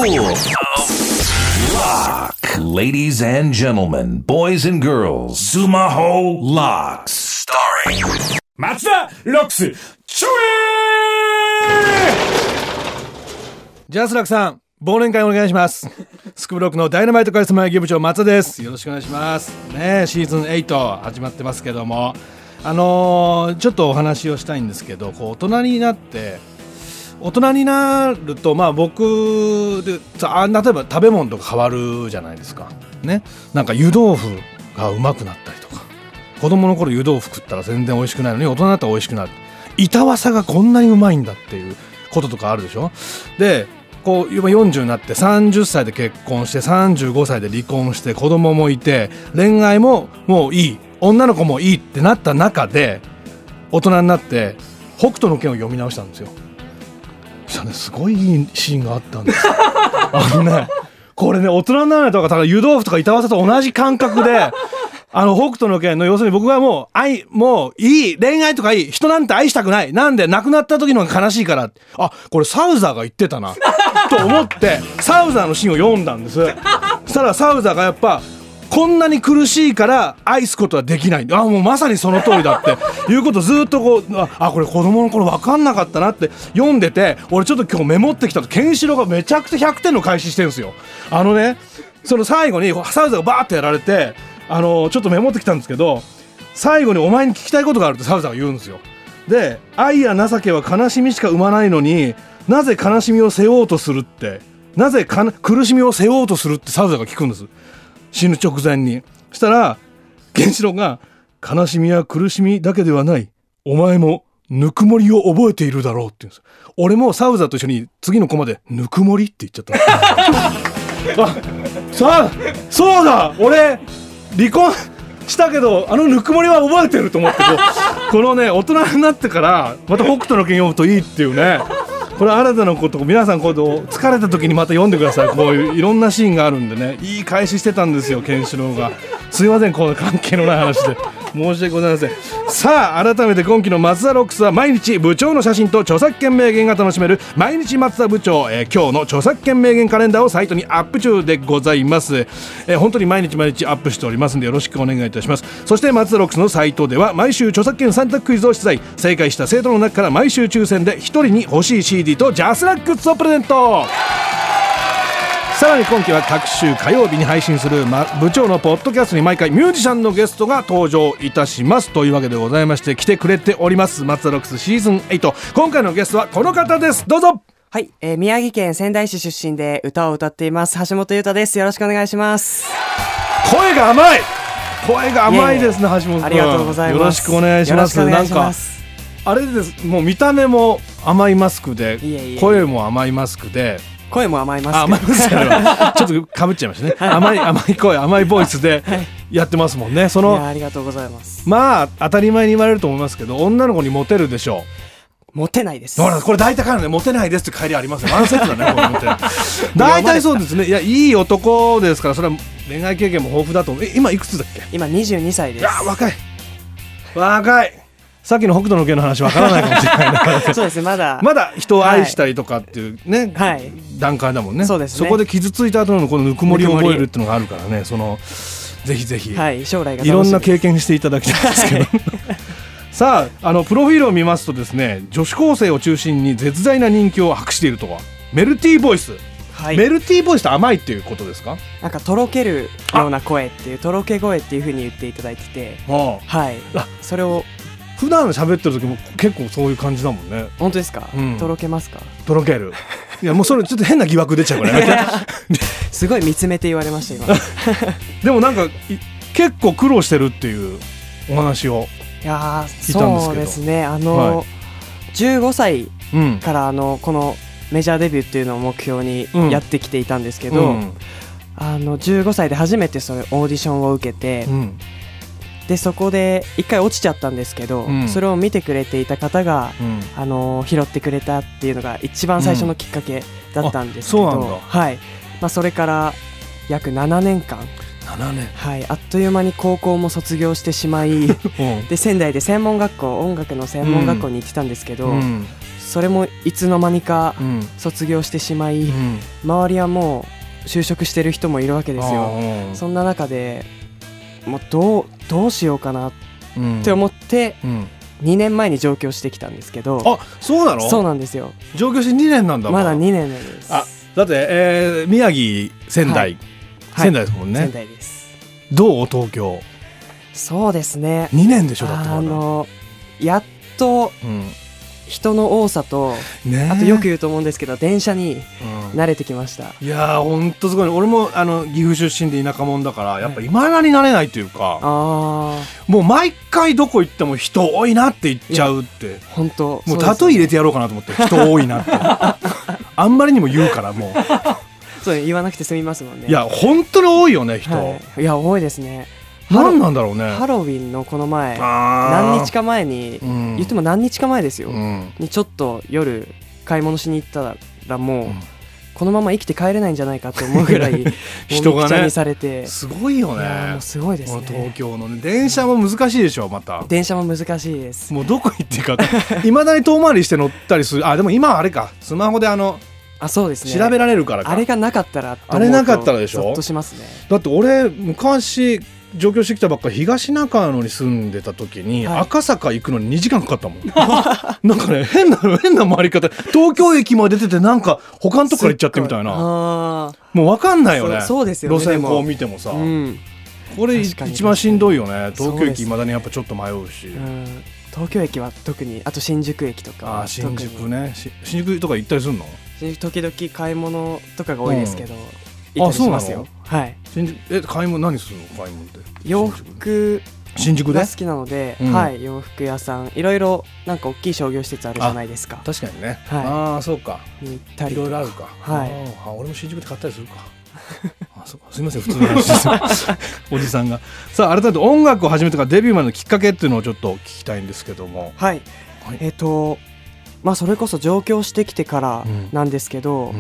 Lock. Ladies and gentlemen, boys and girls, Sumaho Locks. Starring 松田ロックスちょジャスラックさん、忘年会お願いします。スクブロックのダイナマイトカリスマ営業部長松田です。よろしくお願いしますね。シーズン8始まってますけども、ちょっとお話をしたいんですけど、こう大人になると、まあ僕で例えば食べ物とか変わるじゃないですかね。なんか湯豆腐がうまくなったりとか、子供の頃湯豆腐食ったら全然美味しくないのに大人になったら美味しくなる、板わさがこんなにうまいんだっていうこととかあるでしょ。でこう今40になって30歳で結婚して35歳で離婚して子供もいて恋愛ももういい、女の子もいいってなった中で大人になって北斗の拳を読み直したんですよ。すごいいいシーンがあったんですこれね、大人にならないとか湯豆腐とか板わさと同じ感覚で北斗の拳の要するに僕はもういい、恋愛とかいい、人なんて愛したくない、なんで亡くなった時のが悲しいから、これサウザーが言ってたなと思ってサウザーのシーンを読んだんです。そしたらサウザーがやっぱこんなに苦しいから愛すことはできない、もうまさにその通りだっていうことをずっとこうこれ子供の頃分かんなかったなって読んでて、俺ちょっと今日メモってきたとケンシロウがめちゃくちゃ100点の返ししてるんですよ。その最後にサウザーがバーってやられてちょっとメモってきたんですけど、最後にお前に聞きたいことがあるってサウザーが言うんですよ。で、愛や情けは悲しみしか生まないのになぜ悲しみを背負おうとするって、なぜ苦しみを背負おうとするってサウザーが聞くんです、死ぬ直前に。したらケンシロウが、悲しみや苦しみだけではない、お前もぬくもりを覚えているだろうって言うんですよ。俺もサウザーと一緒に次のコマでぬくもりって言っちゃったそうだ、俺離婚したけどぬくもりは覚えてると思ってこのね、大人になってからまた北斗の拳読むといいっていうね、これ新たなことを皆さん疲れた時にまた読んでください。こういういろんなシーンがあるんでね、いい返ししてたんですよケンシロウが。すいません、この関係のない話で申し訳ございません。さあ改めて今期の松田ロックスは毎日部長の写真と著作権名言が楽しめる毎日松田部長、今日の著作権名言カレンダーをサイトにアップ中でございます。本当に毎日アップしておりますのでよろしくお願いいたします。そして松田ロックスのサイトでは毎週著作権3択クイズを出題、正解した生徒の中から毎週抽選で1人に欲しい CD とジャスラックスをプレゼント。さらに今期は各週火曜日に配信する、部長のポッドキャストに毎回ミュージシャンのゲストが登場いたしますというわけでございまして、来てくれております松田ロックスシーズン8。今回のゲストはこの方です。どうぞ。 はい、宮城県仙台市出身で歌を歌っています橋本優太です。よろしくお願いします。 声が甘いですね、橋本君。 ありがとうございます。 よろしくお願いします。なんかあれです、もう見た目も甘いマスクで、声も甘いマスクで、 声も甘いマスク。 甘いマスクちょっとかぶっちゃいましたね甘い声、甘いボイスでやってますもんね。 ありがとうございます。 当たり前に言われると思いますけど、女の子にモテるでしょう。モテないです。 ほら、これ大体からね、モテないですって帰りありますよ。ワンセットだねこれモテ大体そうですね。いい男ですから、それは恋愛経験も豊富だと思う。今いくつだっけ？ 今22歳です。 いや若い。さっきの北斗の拳の話わからないかもしれないなそうですね、まだ人を愛したりとかっていうね、段階だもんね。 そうですね。 そこで傷ついた後のこのぬくもりを覚えるっていうのがあるからね、ぜひぜひ、 将来が楽しみです。 いろんな経験していただきたいですけどさあ、プロフィールを見ますとですね、女子高生を中心に絶大な人気を博しているとはメルティーボイス。メルティーボイスって甘いっていうことですか？ なんかとろけるような声っていう、とろけ声っていう風に言っていただいてて、それを普段喋ってる時も結構そういう感じだもんね。 本当ですか？とろけますか？ とろける。いやもうそれちょっと変な疑惑出ちゃうからねすごい見つめて言われました今でもなんか結構苦労してるっていうお話を聞いたんですけど。 そうですね、15歳からこのメジャーデビューっていうのを目標にやってきていたんですけど、15歳で初めてそれオーディションを受けて、でそこで一回落ちちゃったんですけど、それを見てくれていた方が、拾ってくれたっていうのが一番最初のきっかけだったんですけど、それから約7年間、あっという間に高校も卒業してしまいで仙台で専門学校、音楽の専門学校に行ってたんですけど、 それもいつの間にか卒業してしまい、周りはもう就職してる人もいるわけですよ。そんな中でもうどうしようかなって思って、2年前に上京してきたんですけど。 あ、そうなの？そうなんですよ。 上京して2年なんだ。 まだ2年なんです。 あ、だって、宮城、仙台、仙台ですもんね。 仙台です。 どう東京？ そうですね。 2年でしょだって。 やっと、人の多さと、あとよく言うと思うんですけど電車に慣れてきました。 いやーほんとすごい。俺も岐阜出身で田舎者だからやっぱ未だに慣れないというか、もう毎回どこ行っても人多いなって言っちゃうって。 本当もう例え入れてやろうかなと思って、人多いなってあんまりにも言うからもうそう言わなくて済みますもんね。 いや本当に多いよね人、 いや多いですね。 何なんだろうね。 ハロウィンのこの前何日か前に、言っても何日か前ですよ、にちょっと夜買い物しに行ったらもう、このまま生きて帰れないんじゃないかと思うぐらい人がねされてすごいよね。 もうすごいですね。 東京のね電車も難しいでしょ。また電車も難しいです。 もうどこ行っていいかいまだに遠回りして乗ったりする。あ、でも今はあれか、スマホでそうですね、 調べられるからか。 あれがなかったらあれなかったらでしょ。 ゾッとしますね。 だって俺昔上京してきたばっかり東中野に住んでた時に、赤坂行くのに2時間かかったもんなんかね変な回り方。東京駅まで出ててなんか他のとこから行っちゃってみたいなもう分かんないよね。 そうですよね。 路線こう見てもさ、これ一番しんどいよね。東京駅まだにやっぱちょっと迷うし、 東京駅は特に。あと新宿駅とか。 新宿ね。新宿とか行ったりするの？ 新宿時々買い物とかが多いですけど、行ったりしますよ。はい。 買い物何するの？買い物って洋服新宿でが好きなので、洋服屋さんいろいろなんか大きい商業施設あるじゃないですか。 確かにね。ああそうか。 に行ったりいろいろあるか。俺も新宿で買ったりするかすみません普通の話ですおじさんが。さあ改めて音楽を始めてからデビューまでのきっかけっていうのをちょっと聞きたいんですけども。 はい。それこそ上京してきてからなんですけど、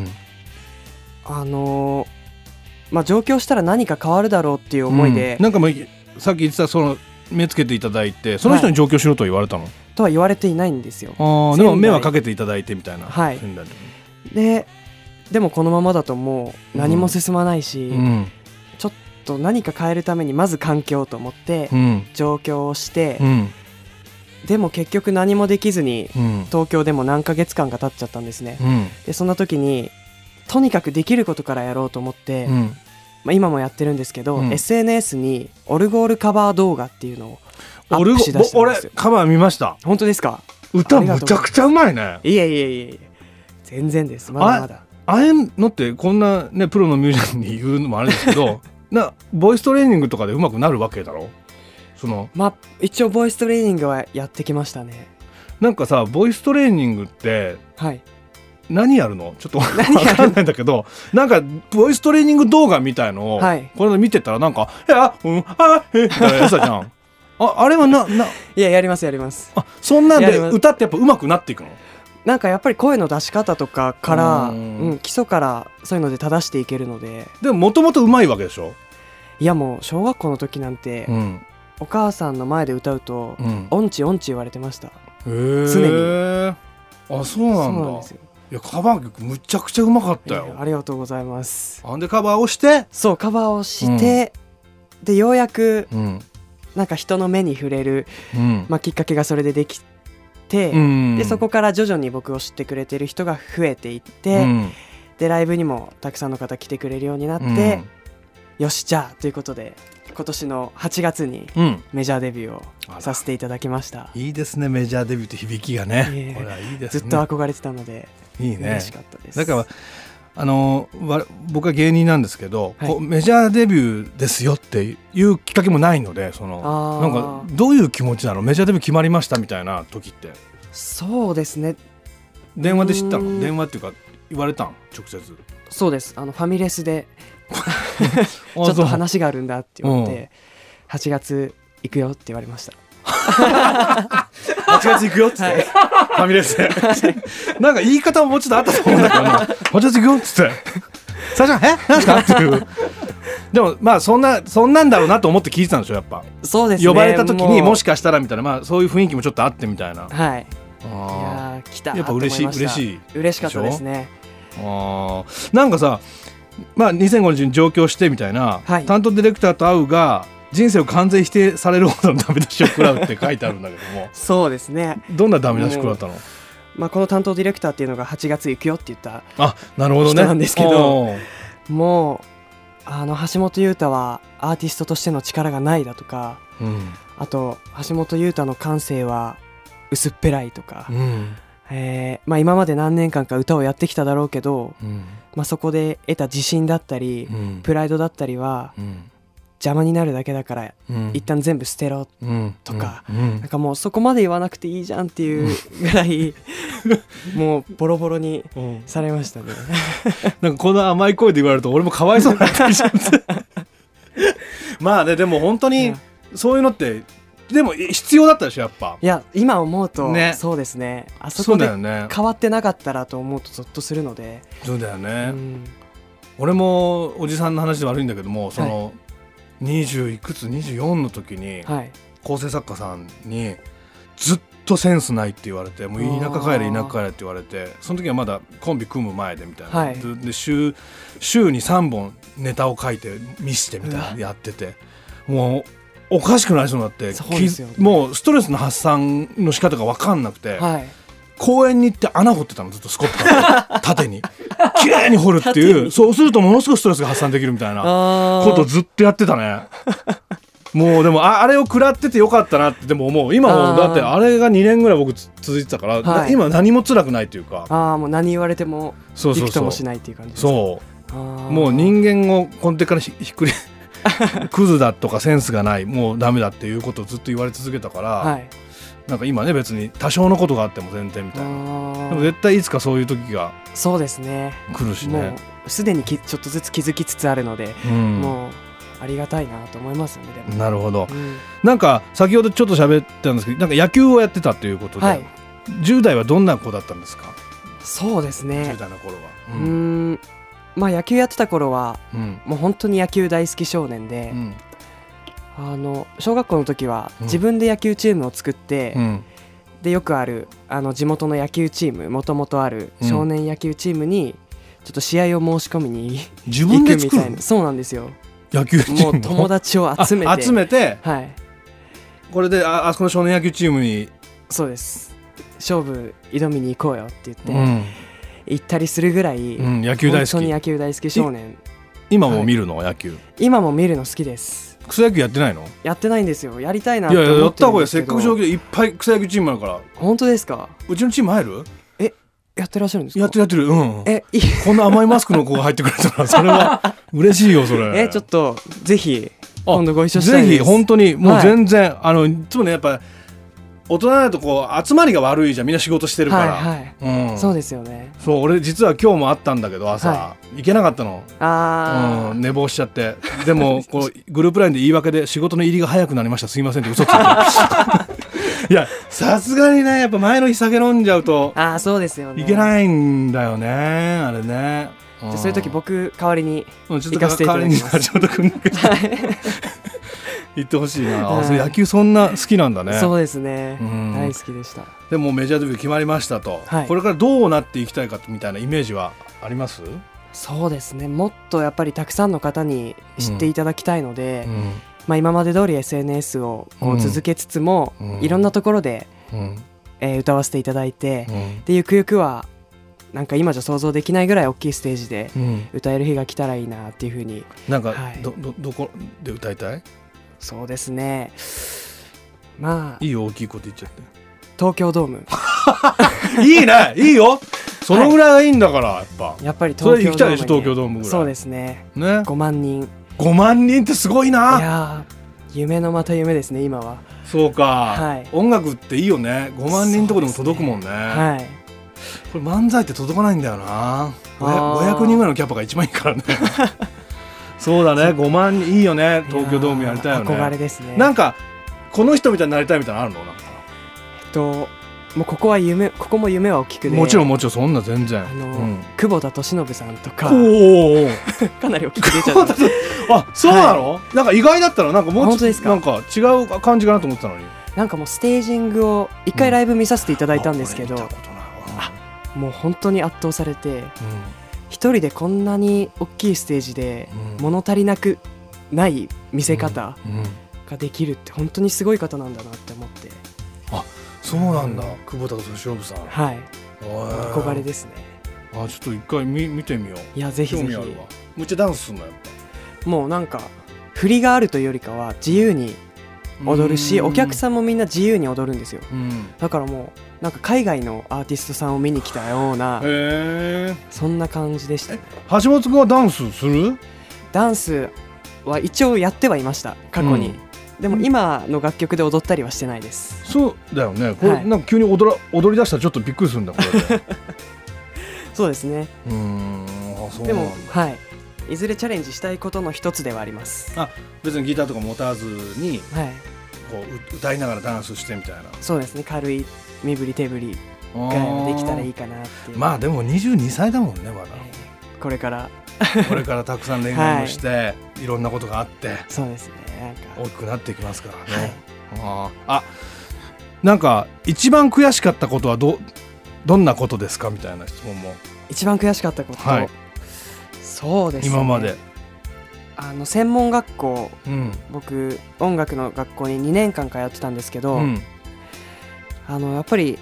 上京したら何か変わるだろうっていう思いで、 なんかさっき言ってたその目つけていただいてその人に上京しろと言われたの？ とは言われていないんですよ。 でも目はかけていただいてみたいな。 はい。でもこのままだともう何も進まないし、ちょっと何か変えるためにまず環境と思って上京をして、でも結局何もできずに東京でも何ヶ月間か経っちゃったんですね。でそんな時にとにかくできることからやろうと思って、今もやってるんですけど、SNS にオルゴールカバー動画っていうのをアップしだしたんですよ。 俺カバー見ました。 本当ですか？ 歌むちゃくちゃうまいね。 いえ全然です。まだまだああいうのってこんなねプロのミュージシャンに言うのもあれですけどボイストレーニングとかで上手くなるわけだろ。 一応ボイストレーニングはやってきましたね。なんかさボイストレーニングって何やるの？ちょっと分かんないんだけどなんかボイストレーニング動画みたいのをこれ見てたらなんかみたいなやつだじゃん。あれはいやります。 そんなんで歌ってやっぱ上手くなっていくの？ なんかやっぱり声の出し方とかから基礎からそういうので正していけるので。 でももともと上手いわけでしょ？ いやもう小学校の時なんて、お母さんの前で歌うと、音痴言われてました。常に。 あ、そうなんだ。いやカバー曲むちゃくちゃうまかったよ。 ありがとうございます。 でカバーをしてカバーをして、でようやく、なんか人の目に触れる、きっかけがそれでできて、でそこから徐々に僕を知ってくれてる人が増えていって、でライブにもたくさんの方来てくれるようになって、よしじゃあということで今年の8月にメジャーデビューをさせていただきました。 いいですね、メジャーデビューって響きがね。これはいいですね。 ずっと憧れてたのでいいね、 嬉しかったです。 だから僕は芸人なんですけど、メジャーデビューですよっていうきっかけもないので、なんかどういう気持ちなの？メジャーデビュー決まりましたみたいな時って。 そうですね、 電話で知ったの？電話っていうか言われたん？直接。 そうです、ファミレスでちょっと話があるんだって言って8月行くよって言われました。 8月行くよってファミレスでなんか言い方ももうちょっとあったと思うんだけど8月行くよっつって最初は何すかっていうでもそんなんだろうなと思って聞いてたんでしょやっぱ。 そうですね、 呼ばれた時にもしかしたらみたいな、そういう雰囲気もちょっとあってみたいな。 はい。いや来たやっぱ嬉しかったですね。 なんかさ、2005年に上京してみたいな、担当ディレクターと会うが人生を完全否定されるほどのダメ出しを食らうって書いてあるんだけどもそうですね。 どんなダメ出し食らったの？ この担当ディレクターっていうのが8月行くよって言ったなるほどね人なんですけど、もう橋本優太はアーティストとしての力がないだとか、あと橋本優太の感性は薄っぺらいとか、今まで何年間か歌をやってきただろうけど、そこで得た自信だったり、プライドだったりは、邪魔になるだけだから、一旦全部捨てろとか、なんかもうそこまで言わなくていいじゃんっていうぐらいもうボロボロにされましたねなんかこの甘い声で言われると俺もかわいそうになってきちゃってでも本当にそういうのってでも必要だったでしょやっぱ。 いや今思うと、そうですね。あそこで変わってなかったらと思うとゾッとするので。 そうだよね、俺もおじさんの話で悪いんだけども、その20いくつ24の時に構成作家さんにずっとセンスないって言われて、もう田舎帰れって言われて、その時はまだコンビ組む前でみたいな、で週に3本ネタを書いて見してみたいなやってて、もうおかしくなりそうになって、もうストレスの発散の仕方が分かんなくて、公園に行って穴掘ってたの、ずっとスコップで縦にきれいに掘るっていう、そうするとものすごいストレスが発散できるみたいなことをずっとやってたねもうでもあれを食らっててよかったなってでも思う。今もだってあれが2年ぐらい僕続いてたから、今何も辛くないというか、 もう何言われてもびくともしないっていう感じですか。 もう人間を根底からひっくりクズだとかセンスがない、もうダメだっていうことをずっと言われ続けたから、なんか今ね別に多少のことがあっても全然みたいな、でも絶対いつかそういう時がそうですね来るしね。 もうすでにちょっとずつ気づきつつあるので、もうありがたいなと思いますよね。でもなるほど、なんか先ほどちょっと喋ったんですけど、なんか野球をやってたということで、10代はどんな子だったんですか？ そうですね、 10代の頃は野球やってた頃は、もう本当に野球大好き少年で、小学校の時は自分で野球チームを作って、でよくある地元の野球チーム、もともとある少年野球チームにちょっと試合を申し込みに行くみたいな。そうなんですよ。 野球チームもう友達を集めてこれであそこの少年野球チームに、 そうです、勝負挑みに行こうよって言って、行ったりするぐらい、 野球大好き、 本当に野球大好き少年。 今も見るの、野球今も見るの好きです。 草野球やってないの？ やってないんですよ。やりたいなって思ってるんですけど。 やった方がいい。せっかく上級でいっぱい草野球チームあるから。 本当ですか？ うちのチーム入る？ やってらっしゃるんですか？ やってる。こんな甘いマスクの子が入ってくれたらそれは嬉しいよそれ。 ちょっとぜひ今度ご一緒したいです。 ぜひ本当にもう全然、いつもねやっぱ大人だとこう集まりが悪いじゃん、みんな仕事してるから。 そうですよね。 そう、俺実は今日もあったんだけど朝、行けなかったの。寝坊しちゃって。でもこうグループラインで言い訳で仕事の入りが早くなりました、すいませんって嘘ついていやさすがにねやっぱ前の日酒飲んじゃうとそうですよね、 いけないんだよねあれね。 じゃそういう時僕代わりに行かせていただきます。 ちょっと代わりに行ってほしいな。野球そんな好きなんだね。 そうですね、大好きでした。 でもメジャーデビュー決まりましたと、これからどうなっていきたいかみたいなイメージはあります？ そうですね、もっとやっぱりたくさんの方に知っていただきたいので、今まで通り SNS をこう続けつつも、いろんなところで、歌わせていただいて、でゆくゆくはなんか今じゃ想像できないぐらい大きいステージで歌える日が来たらいいなっていうふうに。 なんか、どこで歌いたい？ そうですね、 いいよ大きいこと言っちゃって。 東京ドームいいね、いいよ、そのぐらいがいいんだから、 やっぱり東京ドームそれ行きたいでしょ、東京ドームぐらい。 そうですね、5万人ってすごいな。いや夢のまた夢ですね今は。 そうか、音楽っていいよね。5万人とこでも届くもんね。これ漫才って届かないんだよな。500人ぐらいのキャパが一番いいからねそうだね、5万人いいよね。東京ドームやりたいよね。 憧れですね。 なんかこの人みたいになりたいみたいなのあるの？なんかもうここも夢は大きくで、 もちろんそんな全然久保田利伸さんとかかなり大きく出ちゃったそうなの？なんか意外だったらなんかもうちょっとなんか違う感じかなと思ってたのに。 なんかもうステージングを一回ライブ見させていただいたんですけど、 もう本当に圧倒されて、一人でこんなに大きいステージで物足りなくない見せ方ができるって本当にすごい方なんだなって思って。 あ、そうなんだ、久保田敏信さん。 はい、憧れですね。 ちょっと一回見てみよう。 いや、ぜひぜひ。 興味あるわ。むっちゃダンスすんのやっぱ。 もうなんか振りがあるというよりかは自由に踊るし、お客さんもみんな自由に踊るんですよ。だからもうなんか海外のアーティストさんを見に来たような、そんな感じでした。 橋本君はダンスする？ ダンスは一応やってはいました、過去に。でも今の楽曲で踊ったりはしてないです。 そうだよね。これなんか急に踊り出したらちょっとびっくりするんだこれで。 そうですね。 そうでもはい、いずれチャレンジしたいことの一つではあります。 別にギターとか持たずに、こう歌いながらダンスしてみたいな。 そうですね、軽い身振り手振りぐらいはできたらいいかなっていう。 まあでも22歳だもんね、まだ。 これからたくさん恋愛もして、いろんなことがあって。 そうですね、 大きくなっていきますからね。なんか一番悔しかったことはどんなことですかみたいな質問も。 一番悔しかったこと、そうですね、 今まで専門学校、僕音楽の学校に2年間通ってたんですけど、やっぱり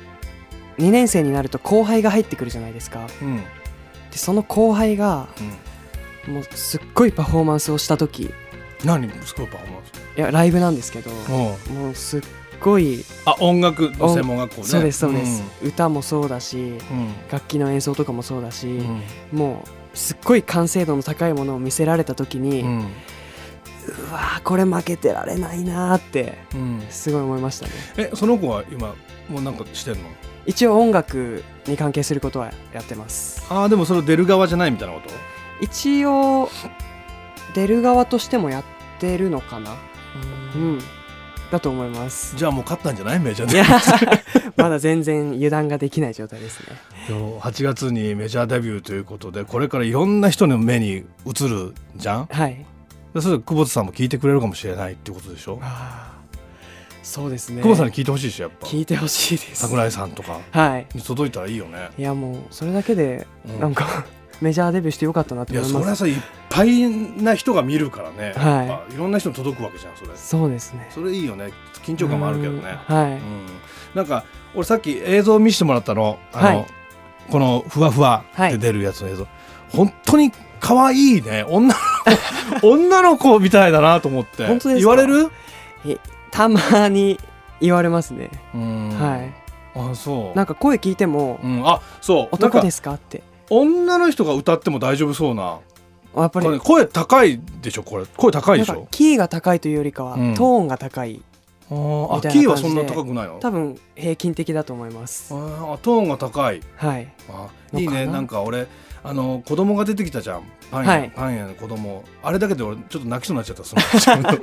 2年生になると後輩が入ってくるじゃないですか。でその後輩が、もうすっごいパフォーマンスをした時。 何すごいパフォーマンス？ いや、ライブなんですけど、もうすっごい。 音楽の専門学校ね。 そうですそうです、歌もそうだし、楽器の演奏とかもそうだし、もうすっごい完成度の高いものを見せられた時に、うわこれ負けてられないなってすごい思いましたね。 その子は今もうなんかしてんの？ 一応音楽に関係することはやってます。 でもそれ出る側じゃないみたいなこと？ 一応出る側としてもやってるのかな。だと思います。 じゃあもう勝ったんじゃない？メジャーで。 まだ全然油断ができない状態ですね。 でも8月にメジャーデビューということで、これからいろんな人の目に映るじゃん。 はい。 それで久保田さんも聞いてくれるかもしれないってことでしょ。 そうですね。 久保田さんに聞いてほしいし、やっぱ聞いてほしいです。 桜井さんとかに届いたらいいよね。 いや、もうそれだけでなんか、メジャーデビューしてよかったなって思います。 いや、それはさ、いっぱいな人が見るからね、いろんな人に届くわけじゃん。 そうですね。 それいいよね。緊張感もあるけどね。なんか俺さっき映像見せてもらったの、このふわふわって出るやつの映像、本当に可愛いね。女の子みたいだなと思って。 本当ですか？ 言われる？ たまに言われますね。そう。なんか声聞いても、 そう、 男ですかって。 女の人が歌っても大丈夫そうな。 やっぱり声高いでしょ。これ声高いでしょ。 キーが高いというよりかは、トーンが高い。 キーはそんな高くないの？ 多分平均的だと思います。 トーンが高い。いいね。なんか俺子供が出てきたじゃん。パン屋の子供、あれだけで俺ちょっと泣きそうになっちゃった。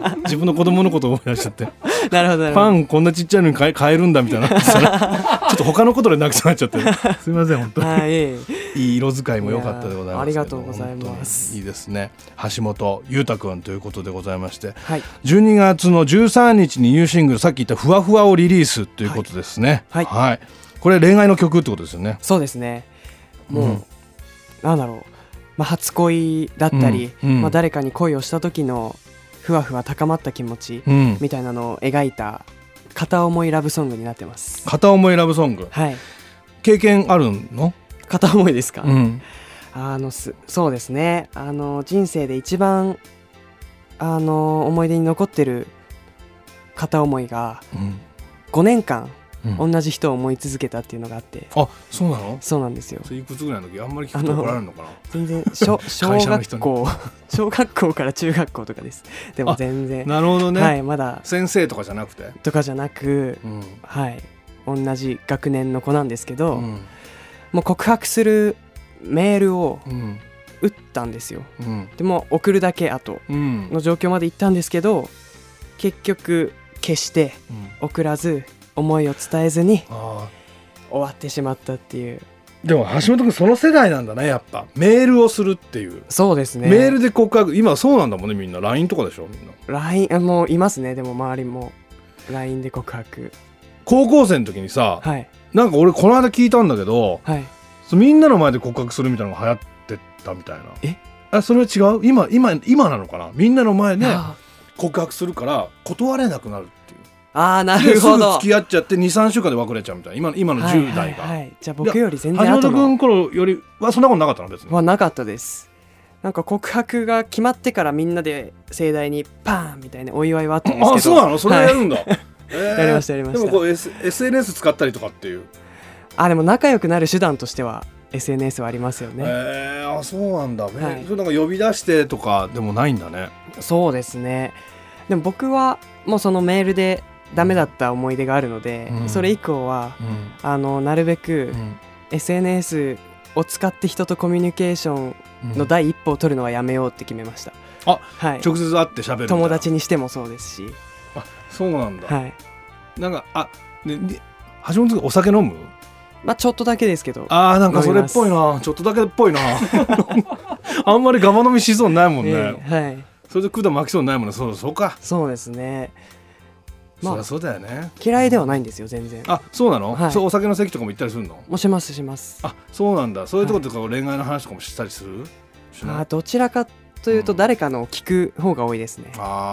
自分の子供のことを思い出しちゃって。 なるほど。 パンこんなちっちゃいのに買えるんだみたいな。ちょっと他のことで泣きそうになっちゃって。すみません本当に。いい色使いも良かったでございます。 ありがとうございます。 いいですね。橋本裕太くんということでございまして、12月の13日にニューシングル、さっき言ったふわふわをリリースということですね。これ恋愛の曲ってことですよね。 そうですね。もうなんだろう、初恋だったり、誰かに恋をした時のふわふわ高まった気持ちみたいなのを描いた片思いラブソングになってます。片思いラブソング。経験あるの？片思いですか？そうですね。人生で一番思い出に残ってる片思いが、5年間同じ人を思い続けたっていうのがあって。そうなの？そうなんですよ。いくつぐらいの時？あんまり聞くと怒られるのかな？全然小学校から中学校とかです。でも全然。なるほどね。まだ先生とかじゃなくてとかじゃなく、同じ学年の子なんですけど、もう告白するメールを打ったんですよ。でも送るだけ後の状況まで行ったんですけど、結局消して送らず、思いを伝えずに終わってしまったっていう。でも橋本君その世代なんだね、やっぱメールをするっていう。そうですね。メールで告白、今そうなんだもんね。みんな LINE とかでしょ。みんな LINE もういますね。でも周りも LINE で告白。高校生の時にさ、なんか俺この間聞いたんだけど、 みんなの前で告白するみたいなのが流行ってたみたいな。それは違う？今なのかな。みんなの前で告白するから断れなくなるっていう。 なるほど。 すぐ付き合っちゃって 2,3 週間で別れちゃうみたいな。今の10代が、 じゃあ僕より全然後の橋本君頃よりはそんなことなかったの？別になかったです。なんか告白が決まってからみんなで盛大にパーンみたいなお祝いはあったんですけど。 そうなの？それやるんだ。 やりました。でもこう、SNS 使ったりとかっていう。 でも仲良くなる手段としては SNS はありますよね。 そうなんだ。それなんか呼び出してとかでもないんだね。 そうですね。でも僕はもうそのメールでダメだった思い出があるので、それ以降は、なるべく SNS を使って人とコミュニケーションの第一歩を取るのはやめようって決めました。直接会って喋る。友達にしてもそうですし。 そうなんだ。なんか橋本君お酒飲む？ ちょっとだけですけど。 なんかそれっぽいな。ちょっとだけっぽいな。あんまりガバ飲みしそうにないもんね。それで管巻きそうにないもんね。そうか。そうですね。そりゃそうだよね。 嫌いではないんですよ全然。 そうなの？お酒の席とかも行ったりするの？ もしますします。 そうなんだ。そういうところとか恋愛の話とかもしたりする？ どちらかというと誰かのを聞く方が多いですね。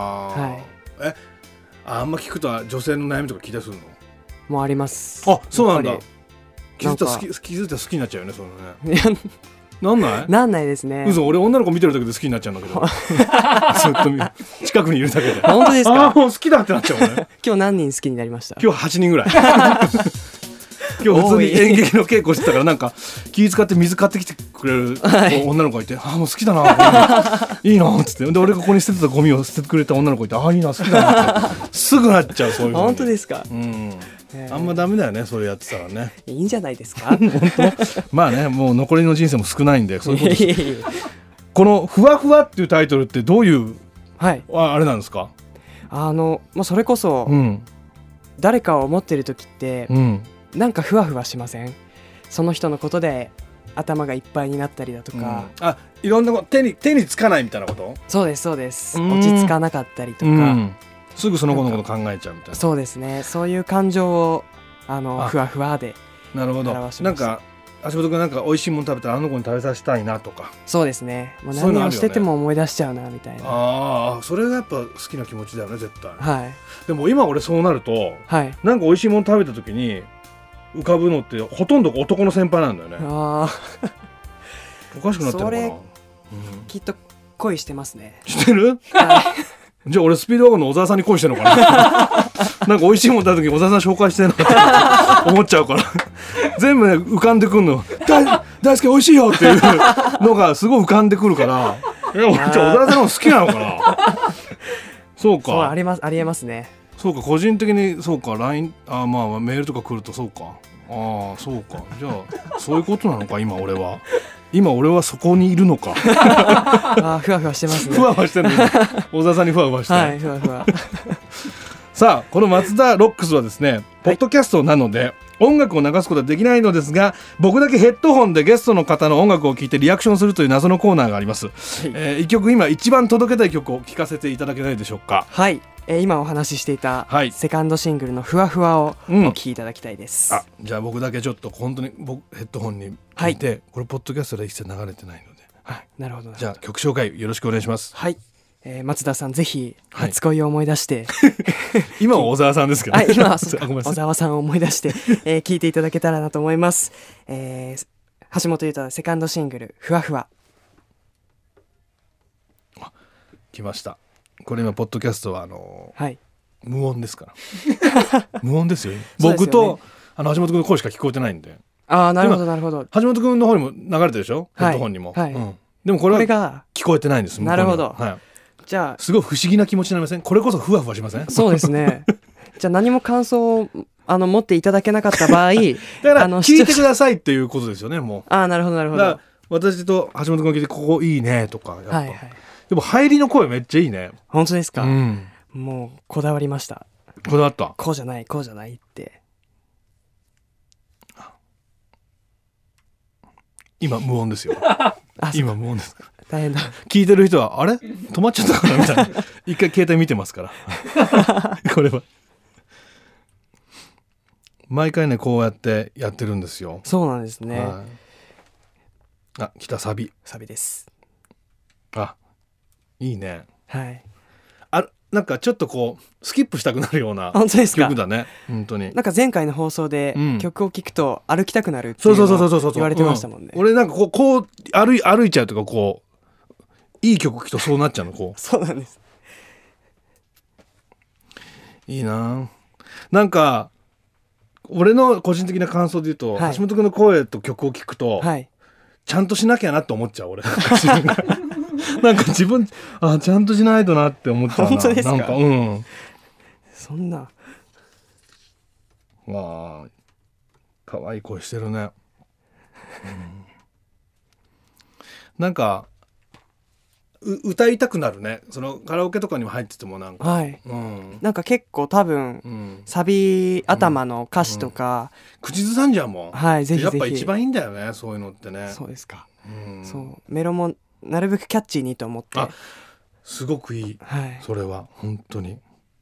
あんま聞くと女性の悩みとか聞いたりするの？ もうあります。 そうなんだ。気づいたら好きになっちゃうよね。そのね。なんないですね。嘘、俺女の子見てるだけで好きになっちゃうんだけど。ずっと近くにいるだけで。 本当ですか？ もう好きだってなっちゃうもんね。 今日何人好きになりました？ 今日8人ぐらい。今日普通に演劇の稽古してたからなんか気遣って水買ってきてくれる女の子がいて、もう好きだないいなっつって。で俺がここに捨ててたゴミを捨ててくれた女の子いて、いいな好きだなってすぐなっちゃう。そういうの。 本当ですか？ あんまダメだよね、そういうやってたらね。 いいんじゃないですか？ 本当もう残りの人生も少ないんで。そういうことこのふわふわっていうタイトルってどういうあれなんですか？ それこそ、誰かを思ってる時って、なんかふわふわしません？その人のことで頭がいっぱいになったりだとか、 いろんな手につかないみたいなこと？そうです。落ち着かなかったりとか、 すぐその子のこと考えちゃうみたいな。 そうですね。そういう感情をふわふわで表しました。 なんか橋本君なんか美味しいもの食べたらあの子に食べさせたいなとか。 そうですね。もう何をしてても思い出しちゃうなみたいな。 それがやっぱ好きな気持ちだよね絶対。でも今俺そうなると、なんか美味しいもの食べた時に浮かぶのってほとんど男の先輩なんだよね。おかしくなってるのかな。それきっと恋してますね。 してる？じゃあ俺スピードワゴンの小沢さんに恋してるのかな。なんか美味しいもの食べた時に小沢さん紹介してるのかって思っちゃうから全部ね浮かんでくるの。大輔美味しいよっていうのがすごい浮かんでくるから、俺じゃあ小沢さんの方好きなのかな。そうか。 ありえますね。 そうか、個人的にそうか、 LINE メールとか来るとそうか。そうか。じゃあそういうことなのか。今俺はそこにいるのか。 ふわふわしてますね。 ふわふわしてるね。小沢さんにふわふわしてる。 ふわふわ。 さあ、この松田ロックスはですね、ポッドキャストなので音楽を流すことはできないのですが、僕だけヘッドホンでゲストの方の音楽を聴いてリアクションするという謎のコーナーがあります。一曲、今一番届けたい曲を聴かせていただけないでしょうか。 今お話ししていたセカンドシングルのふわふわをお聴きいただきたいです。 じゃあ僕だけちょっと本当にヘッドホンに聞いて、これポッドキャストで一切流れてないので、 なるほど。 じゃあ曲紹介よろしくお願いします。 松田さんぜひ初恋を思い出して、 今は小沢さんですけど、 今は小沢さんを思い出して、聴いていただけたらなと思います。橋本優太セカンドシングルふわふわ。 来ました。これ今ポッドキャストは無音ですから無音ですよ。僕と橋本君の声しか聞こえてないんで。 なるほどなるほど。 橋本君の方にも流れてるでしょ、ヘッドホンにも。でもこれは聞こえてないんです。 なるほど。じゃあすごい不思議な気持ちになりません？これこそふわふわしません？ そうですね。じゃあ何も感想を持っていただけなかった場合だから聞いてくださいっていうことですよね。もうなるほどなるほど。 私と橋本君が聞いてここいいねとかやっぱ、でも入りの声めっちゃいいね。 本当ですか？もうこだわりました。 こだわった。 こうじゃないって今無音ですよ。今無音です。 大変だ。 聞いてる人はあれ止まっちゃったかなみたいな一回携帯見てますからこれは毎回ねこうやってやってるんですよ。 そうなんですね。 あ、来たサビです。 あ、いいね。 はい。 なんかちょっとこうスキップしたくなるような曲だね。本当に。 なんか前回の放送で曲を聴くと歩きたくなるっていうのを言われてましたもんね。 俺なんかこう歩いちゃうとか、こういい曲聴くとそうなっちゃうの。こうそうなんです。 いいな。なんか俺の個人的な感想で言うと、橋本君の声と曲を聴くと、ちゃんとしなきゃなって思っちゃう俺。なんか自分ちゃんとしないとなって思っちゃうな。 本当ですか。 なんかそんな。 まあ可愛い声してるね。なんか歌いたくなるね。そのカラオケとかにも入っててもなんか、 なんか結構多分、サビ頭の歌詞とか、 口ずさんじゃうもん。 ぜひぜひ。 やっぱ一番いいんだよね、そういうのってね。 そうですか。そうメロもなるべくキャッチーにと思って。 すごくいい。それは本当に。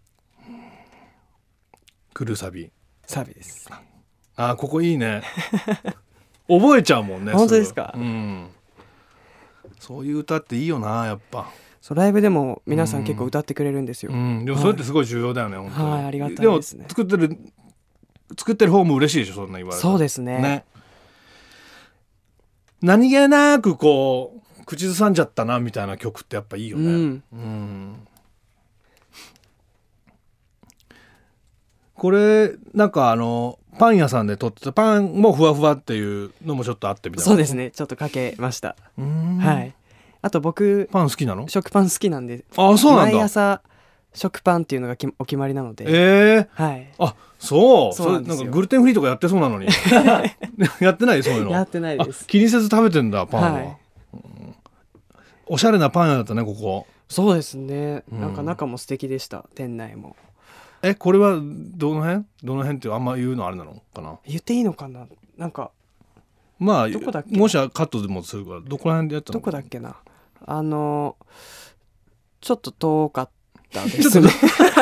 来るサビです。 ここいいね。覚えちゃうもんね。 本当ですか。 そういう歌っていいよな、やっぱ。 そうライブでも皆さん結構歌ってくれるんですよ。 でもそれってすごい重要だよね、本当に。 ありがたいですね。 でも作ってる方も嬉しいでしょ、そんな言われて。 そうですね。 何気なくこう口ずさんじゃったなみたいな曲ってやっぱいいよね。これなんかパン屋さんで撮ってたパンもふわふわっていうのもちょっとあってみたいな。 そうですね、ちょっとかけました。あと僕パン好きなの？ 食パン好きなんで。 そうなんだ。 毎朝食パンっていうのがお決まりなので。 そうなんかグルテンフリーとかやってそうなのに。やってない？そういうのやってないです。 気にせず食べてんだパンは。おしゃれなパン屋だったね、ここ。 そうですね。なんか中も素敵でした、店内も。 これはどの辺ってあんま言うのあれなのかな？ 言っていいのかな。なんかまあどこだっけ？ もしはカットでもするから、どこら辺でやったの？ どこだっけな。ちょっと遠かったですね。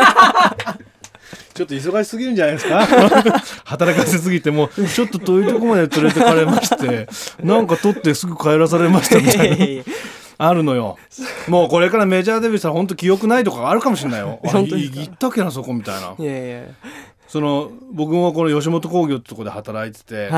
ちょっと忙しすぎるんじゃないですか。働かせすぎてもうちょっと遠いとこまで連れてかれまして、なんか取ってすぐ帰らされましたみたいな。あるのよ。もうこれからメジャーデビューしたら本当記憶ないとかあるかもしれないよ。行ったっけなそこみたいな。僕もこの吉本興業ってとこで働いてて、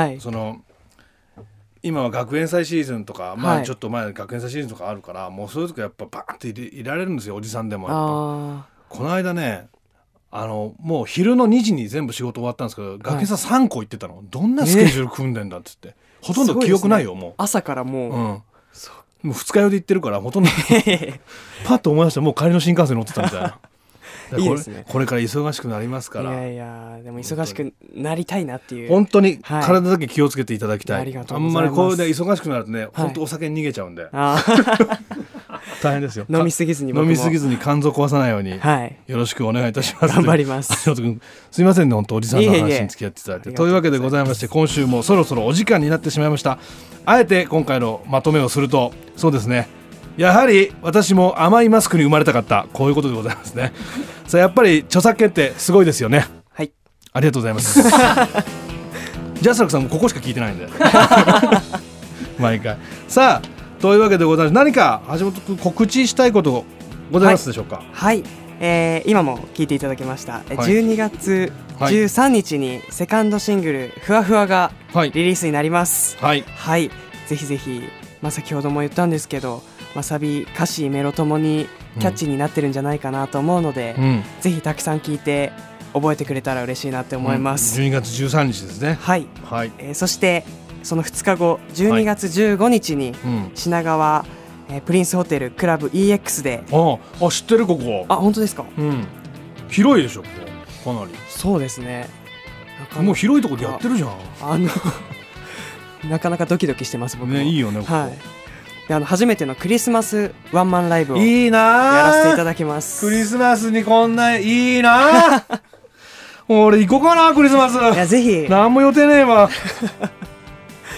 今は学園祭シーズンとか、ちょっと前学園祭シーズンとかあるから、もうそういうとこやっぱバーンっていられるんですよ、おじさんでもやっぱ。この間ね、もう昼の2時に全部仕事終わったんですけど、学園祭3個行ってたの。どんなスケジュール組んでんだっつって、ほとんど記憶ないよ、もう朝からもう二日酔いで行ってるからほとんどパッと思い出したらもう帰りの新幹線乗ってたみたいな。いいですね。これから忙しくなりますから。 いやでも忙しくなりたいなっていう。 本当に体だけ気をつけていただきたい。 ありがとうございます。 あんまりこうで忙しくなるとね、本当お酒に逃げちゃうんで。大変ですよ。 飲みすぎずに肝臓壊さないようによろしくお願いいたします。 頑張ります。 すいませんね、本当おじさんの話に付き合っていただいて。というわけでございまして、今週もそろそろお時間になってしまいました。あえて今回のまとめをすると、そうですね、やはり私も甘いマスクに生まれたかった、こういうことでございますね。さあやっぱり著作権ってすごいですよね。 はい、 ありがとうございます。ジャスラックさんもここしか聞いてないんで毎回。さあというわけでございます。何か橋本君告知したいことございますでしょうか？ はい、今も聞いていただきました、12月13日にセカンドシングルふわふわがリリースになります。はい、ぜひぜひ、先ほども言ったんですけど、サビ歌詞メロともにキャッチーになってるんじゃないかなと思うので、ぜひたくさん聴いて覚えてくれたら嬉しいなって思います。 12月13日ですね。 はい、そしてその2日後12月15日に品川、プリンスホテルクラブ EX で。 知ってるここ。 本当ですか？ 広いでしょ、ここかなり。 そうですね、 もう広いところでやってるじゃん。 なかなかドキドキしてます僕もね。いいよね、ここ。 で初めてのクリスマスワンマンライブをいいなやらせていただきます。 クリスマスにこんないいな俺行こうかな、クリスマス。 いやぜひ。 何も予定ねえわ。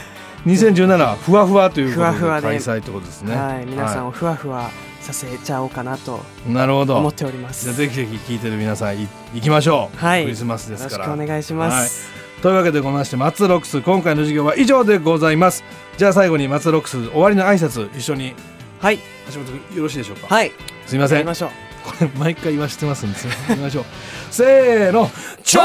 2017はふわふわということでふわふわで開催ということですね。 はい、皆さんをふわふわさせちゃおうかなとなるほど思っております。 じゃあぜひぜひ聞いてる皆さん行きましょう、 はい、 クリスマスですからよろしくお願いします、 はい、というわけでございまして松ロックス今回の授業は以上でございます。じゃあ最後に松ロックス終わりの挨拶一緒に、 はい、 橋本君よろしいでしょうか。 はい、 すみません、 やりましょう。 これ毎回言わせてますんで言いましょうせーのちょ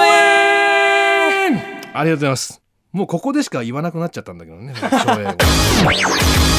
えんありがとうございます。もうここでしか言わなくなっちゃったんだけどねちょえん